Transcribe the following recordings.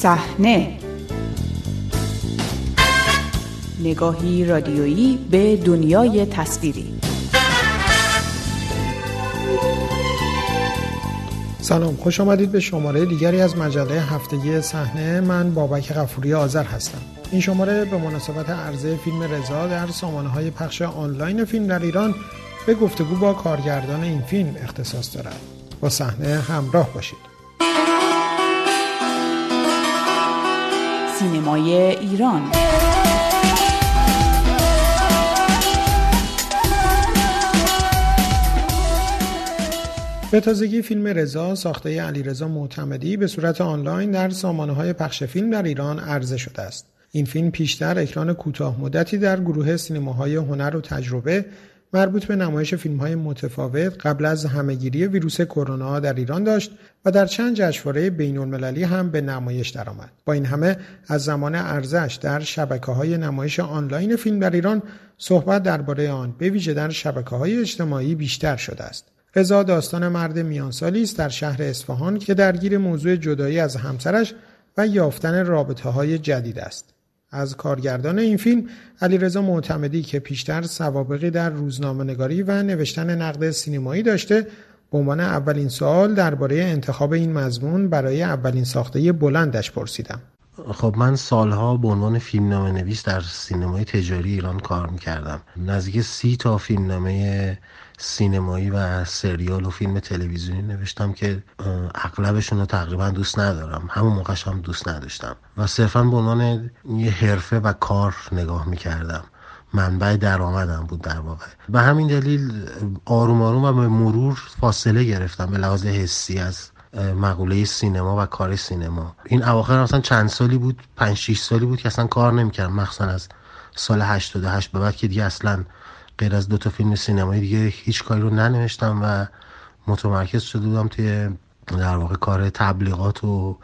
صحنه، نگاهی رادیویی به دنیای تصویری. سلام، خوش آمدید به شماره دیگری از مجله هفتگی صحنه. من بابک غفوری آذر هستم. این شماره به مناسبت عرضه فیلم رضا در سامانه‌های پخش آنلاین فیلم در ایران به گفتگو با کارگردان این فیلم اختصاص دارد. با صحنه همراه باشید. سینمای ایران. به تازگی فیلم رضا ساخته علیرضا معتمدی به صورت آنلاین در سامانه‌های پخش فیلم در ایران عرضه شده است. این فیلم پیشتر اکران کوتاه مدتی در گروه سینماهای هنر و تجربه مربوط به نمایش فیلم‌های متفاوت قبل از همه‌گیری ویروس کرونا در ایران داشت و در چند جشنواره بین‌المللی هم به نمایش درآمد. با این همه از زمان عرضه‌اش در شبکه‌های نمایش آنلاین فیلم در ایران صحبت درباره آن به ویژه در شبکه‌های اجتماعی بیشتر شده است. رضا داستان مرد میانسالی است در شهر اصفهان که درگیر موضوع جدایی از همسرش و یافتن رابطه‌های جدید است. از کارگردان این فیلم علیرضا معتمدی که پیشتر سوابقی در روزنامه‌نگاری و نوشتن نقد سینمایی داشته، به عنوان اولین سوال درباره انتخاب این مضمون برای اولین ساخته بلندش پرسیدم. خب من سالها به عنوان فیلمنامه‌نویس در سینمای تجاری ایران کار می‌کردم. نزدیک 30 تا فیلمنامه سینمایی و سریال و فیلم تلویزیونی نوشتم که اغلبشون رو تقریبا دوست ندارم. همون موقعش هم دوست نداشتم و صرفاً به عنوان یه حرفه و کار نگاه می‌کردم. منبع درآمدم بود در واقع. به همین دلیل آروم آروم و به مرور فاصله گرفتم به لحاظ حسی از مقوله سینما و کار سینما. این اواخر مثلا چند سالی بود، 5-6 سالی بود که اصلا کار نمی‌کردم، مخصوصا از سال 88 به بعد که دیگه اصلا غیر از 2 تا فیلم سینمایی دیگه هیچ کاری رو ننوشتم و متمرکز شده بودم توی در واقع کار تبلیغات و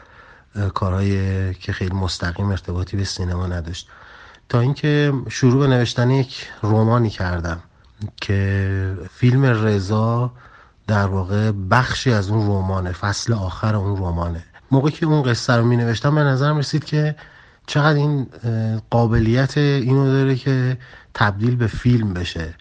کارهای که خیلی مستقیم ارتباطی به سینما نداشت، تا اینکه شروع به نوشتن یک رمانی کردم که فیلم رضا در واقع بخشی از اون رمانه، فصل آخر اون رمانه. موقعی که اون قصه رو می نوشتم به نظرم رسید که چقدر این قابلیت اینو داره که تبدیل به فیلم بشه.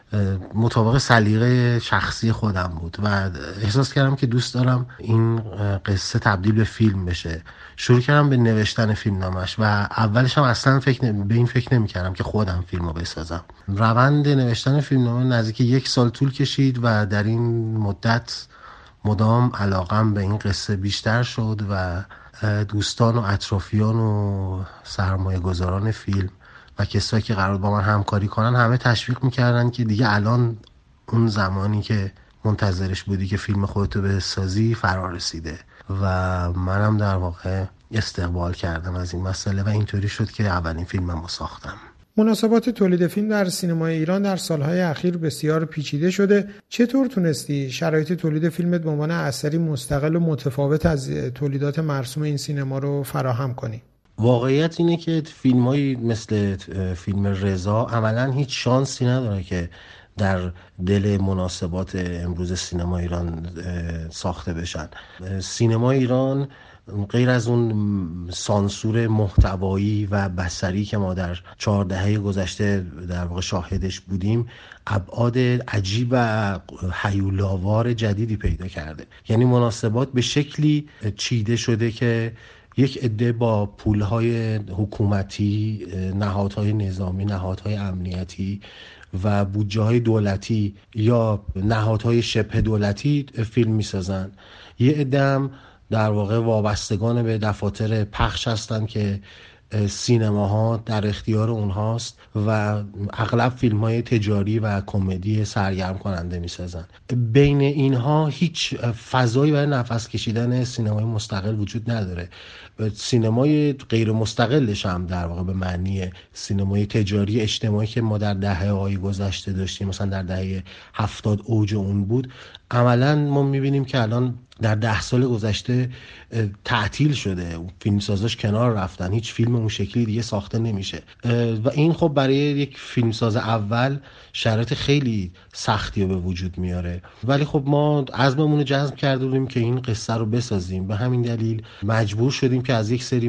مطابق سلیقه شخصی خودم بود و احساس کردم که دوست دارم این قصه تبدیل به فیلم بشه. شروع کردم به نوشتن فیلمنامش و اولش هم اصلا به این فکر نمی کردم که خودم فیلمو بسازم. روند نوشتن فیلمنامه نزدیک 1 سال طول کشید و در این مدت مدام علاقم به این قصه بیشتر شد و دوستان و اطرافیان و سرمایه گذاران فیلم و کسایی که قرار با من همکاری کنن همه تشویق میکردن که دیگه الان اون زمانی که منتظرش بودی که فیلم خودتو بسازی فرا رسیده و منم در واقع استقبال کردم از این مسئله و اینطوری شد که اولین فیلممو ساختم. مناسبات تولید فیلم در سینمای ایران در سالهای اخیر بسیار پیچیده شده. چطور تونستی شرایط تولید فیلمت به عنوان اثری مستقل و متفاوت از تولیدات مرسوم این سینما رو فراهم کنی؟ واقعیت اینه که فیلمایی مثل فیلم رضا عملاً هیچ شانسی نداره که در دل مناسبات امروز سینما ایران ساخته بشن. سینما ایران غیر از اون سانسور محتوایی و بصری که ما در 4 دهه گذشته در واقع شاهدش بودیم، ابعاد عجیب و هیولاوار جدیدی پیدا کرده. یعنی مناسبات به شکلی چیده شده که یک عده با پولهای حکومتی، نهادهای نظامی، نهادهای امنیتی و بودجه‌های دولتی یا نهادهای شبه دولتی فیلم می‌سازن. یه عده هم در واقع وابستگان به دفاتر پخش هستن که سینماها در اختیار اونهاست و اغلب فیلم‌های تجاری و کمدی سرگرم کننده می‌سازن. بین اینها هیچ فضایی برای نفس کشیدن سینمای مستقل وجود نداره. سینمای غیر مستقلش هم در واقع به معنی سینمای تجاری اجتماعی که ما در دهه‌های گذشته داشتیم، مثلا در دهه 70 اوج اون بود، عملاً ما می‌بینیم که الان در 10 سال گذشته تعطیل شده، فیلمسازاش کنار رفتن، هیچ فیلم اون شکلی دیگه ساخته نمیشه و این خب برای یک فیلمساز اول شرایط خیلی سختی رو به وجود میاره. ولی خب ما عزممون رو جزم کرده بودیم که این قصه رو بسازیم، به همین دلیل مجبور شدیم که از یک سری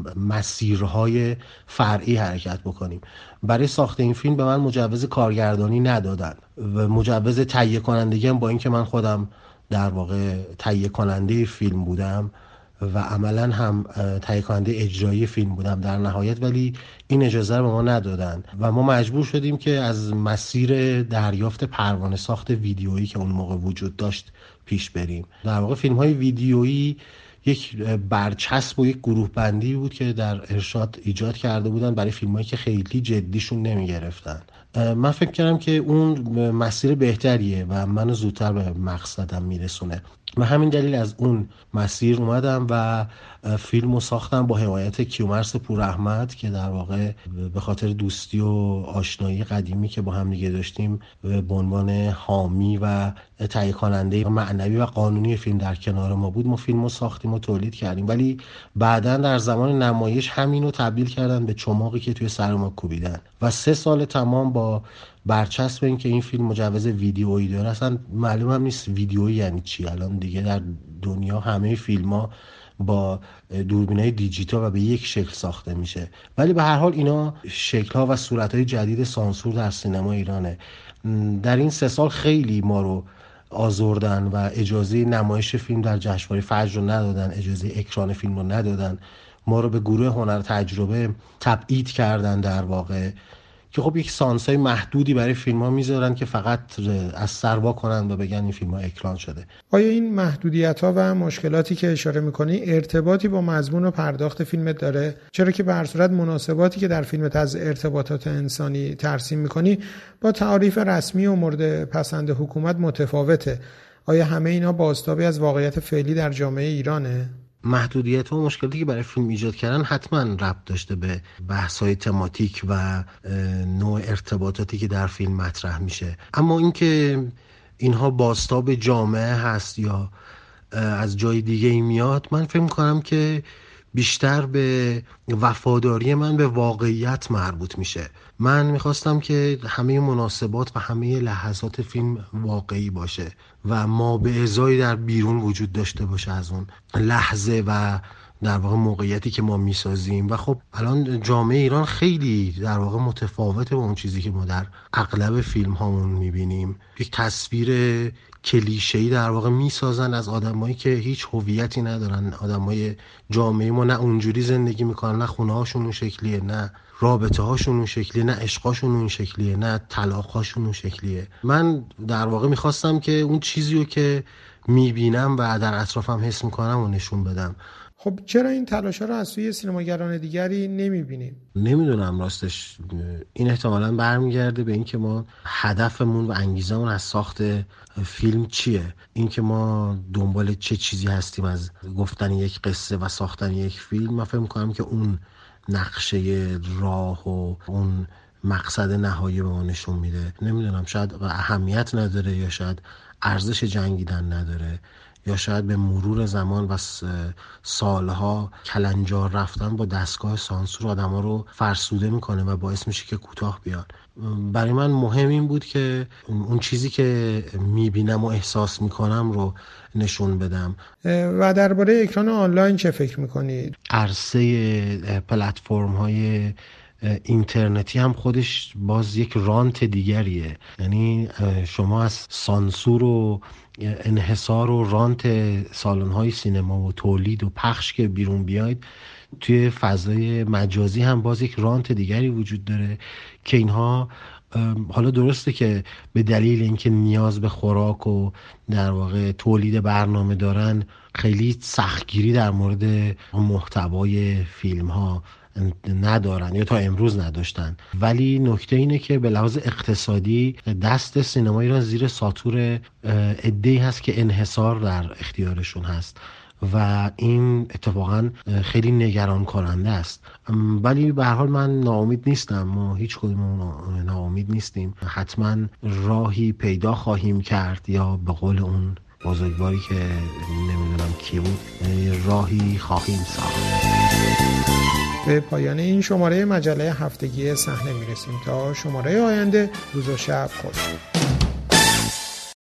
مسیرهای فرعی حرکت بکنیم. برای ساخت این فیلم به من مجوز کارگردانی ندادن و مجوز تهیه کنندگی هم، با اینکه من خودم در واقع تهیه کننده فیلم بودم و عملا هم تهیه کننده اجرایی فیلم بودم در نهایت، ولی این اجازه رو به ما ندادن و ما مجبور شدیم که از مسیر دریافت پروانه ساخت ویدیویی که اون موقع وجود داشت پیش بریم. در واقع فیلم های ویدیویی یک برچسب و یک گروه بندی بود که در ارشاد ایجاد کرده بودن برای فیلمایی که خیلی جدیشون نمی گرفتن. من فکر کردم که اون مسیر بهتریه و منو زودتر به مقصدم میرسونه و همین دلیل از اون مسیر اومدم و فیلمو ساختم با حمایت کیومرث پوراحمد که در واقع به خاطر دوستی و آشنایی قدیمی که با هم دیگه داشتیم به عنوان حامی و تهیه کننده معنوی و قانونی فیلم در کنار ما بود. ما فیلمو ساختیم و تولید کردیم، ولی بعداً در زمان نمایش همینو تبدیل کردن به چماقی که توی سر ما کوبیدن و 3 سال تمام با برچسب این که این فیلم مجوز ویدیویی داره. اصلا معلوم هم نیست ویدیویی یعنی چی. الان دیگه در دنیا همه فیلم‌ها با دوربینای دیجیتال و به یک شکل ساخته میشه، ولی به هر حال اینا شکل‌ها و صورت‌های جدید سانسور در سینما ایرانه. در این 3 سال خیلی ما رو آزردن و اجازه نمایش فیلم در جشنواره فجر رو ندادن، اجازه اکران فیلم رو ندادن، ما رو به گروه هنر تجربه تبعید کردن در واقع، که خب یک سانسای محدودی برای فیلم ها میذارن که فقط از سر وا کنن و بگن این فیلم ها اکران شده. آیا این محدودیت ها و مشکلاتی که اشاره میکنی ارتباطی با مضمون و پرداخت فیلمت داره؟ چرا که به هر صورت مناسباتی که در فیلمت از ارتباطات انسانی ترسیم میکنی با تعاریف رسمی و مورد پسند حکومت متفاوته. آیا همه اینا بازتابی از واقعیت فعلی در جامعه ایرانه؟ محدودیت و مشکلاتی که برای فیلم ایجاد کردن حتما ربط داشته به بحث‌های تماتیک و نوع ارتباطاتی که در فیلم مطرح میشه، اما اینکه اینها بازتاب جامعه هست یا از جای دیگه ای میاد، من فکر می‌کنم که بیشتر به وفاداری من به واقعیت مربوط میشه. من میخواستم که همه مناسبات و همه لحظات فیلم واقعی باشه و ما به ازایی در بیرون وجود داشته باشه از اون لحظه و در واقع موقعیتی که ما میسازیم. و خب الان جامعه ایران خیلی در واقع متفاوته با اون چیزی که ما در اغلب فیلم هامون میبینیم. یک تصویر کلیشه‌ای در واقع میسازن از آدمایی که هیچ هویتی ندارن. آدمای جامعه ما نه اونجوری زندگی میکنن، نه خونه هاشون اون شکلیه، نه رابطه هاشون اون شکلیه، نه عشقاشون اون شکلیه، نه طلاق هاشون اون شکلیه. من در واقع میخواستم که اون چیزی رو که میبینم و در اطرافم حس میکنم و نشون بدم. خب چرا این تلاش‌ها رو از سوی سینماگران دیگری نمی‌بینیم؟ نمیدونم راستش. این احتمالاً برمیگرده به این که ما هدفمون و انگیزمون از ساخت فیلم چیه، این که ما دنبال چه چیزی هستیم از گفتن یک قصه و ساختن یک فیلم. من فکر می‌کنم که اون نقشه راه و اون مقصد نهایی به ما نشون میده. نمیدونم، شاید اهمیت نداره یا شاید ارزش جنگیدن نداره یا شاید به مرور زمان و سالها کلنجار رفتن با دستگاه سانسور آدما رو فرسوده میکنه و باعث میشه که کوتاه بیان. برای من مهم این بود که اون چیزی که میبینم و احساس میکنم رو نشون بدم. و درباره اکران آنلاین چه فکر میکنید؟ عرصه پلتفرم های اینترنتی هم خودش باز یک رانت دیگریه. یعنی شما از سانسور و انحصار و رانت سالن‌های سینما و تولید و پخش که بیرون بیاید، توی فضای مجازی هم باز یک رانت دیگری وجود داره که اینها حالا درسته که به دلیل اینکه نیاز به خوراک و در واقع تولید برنامه دارن، خیلی سختگیری در مورد محتوای فیلم ها ندارن یا تا امروز نداشتن، ولی نکته اینه که به لحاظ اقتصادی دست سینما ایران زیر ساطور عده‌ای هست که انحصار در اختیارشون هست و این اتفاقا خیلی نگران کننده است. ولی به هر حال من ناامید نیستم، ما هیچ کدوممون ناامید نیستیم. حتما راهی پیدا خواهیم کرد یا به قول اون بزرگواری که نمیدونم کی بود راهی خواهیم ساخت. به پایان این شماره مجله هفتگی صحنه میرسیم. تا شماره آینده روز و شب خوش.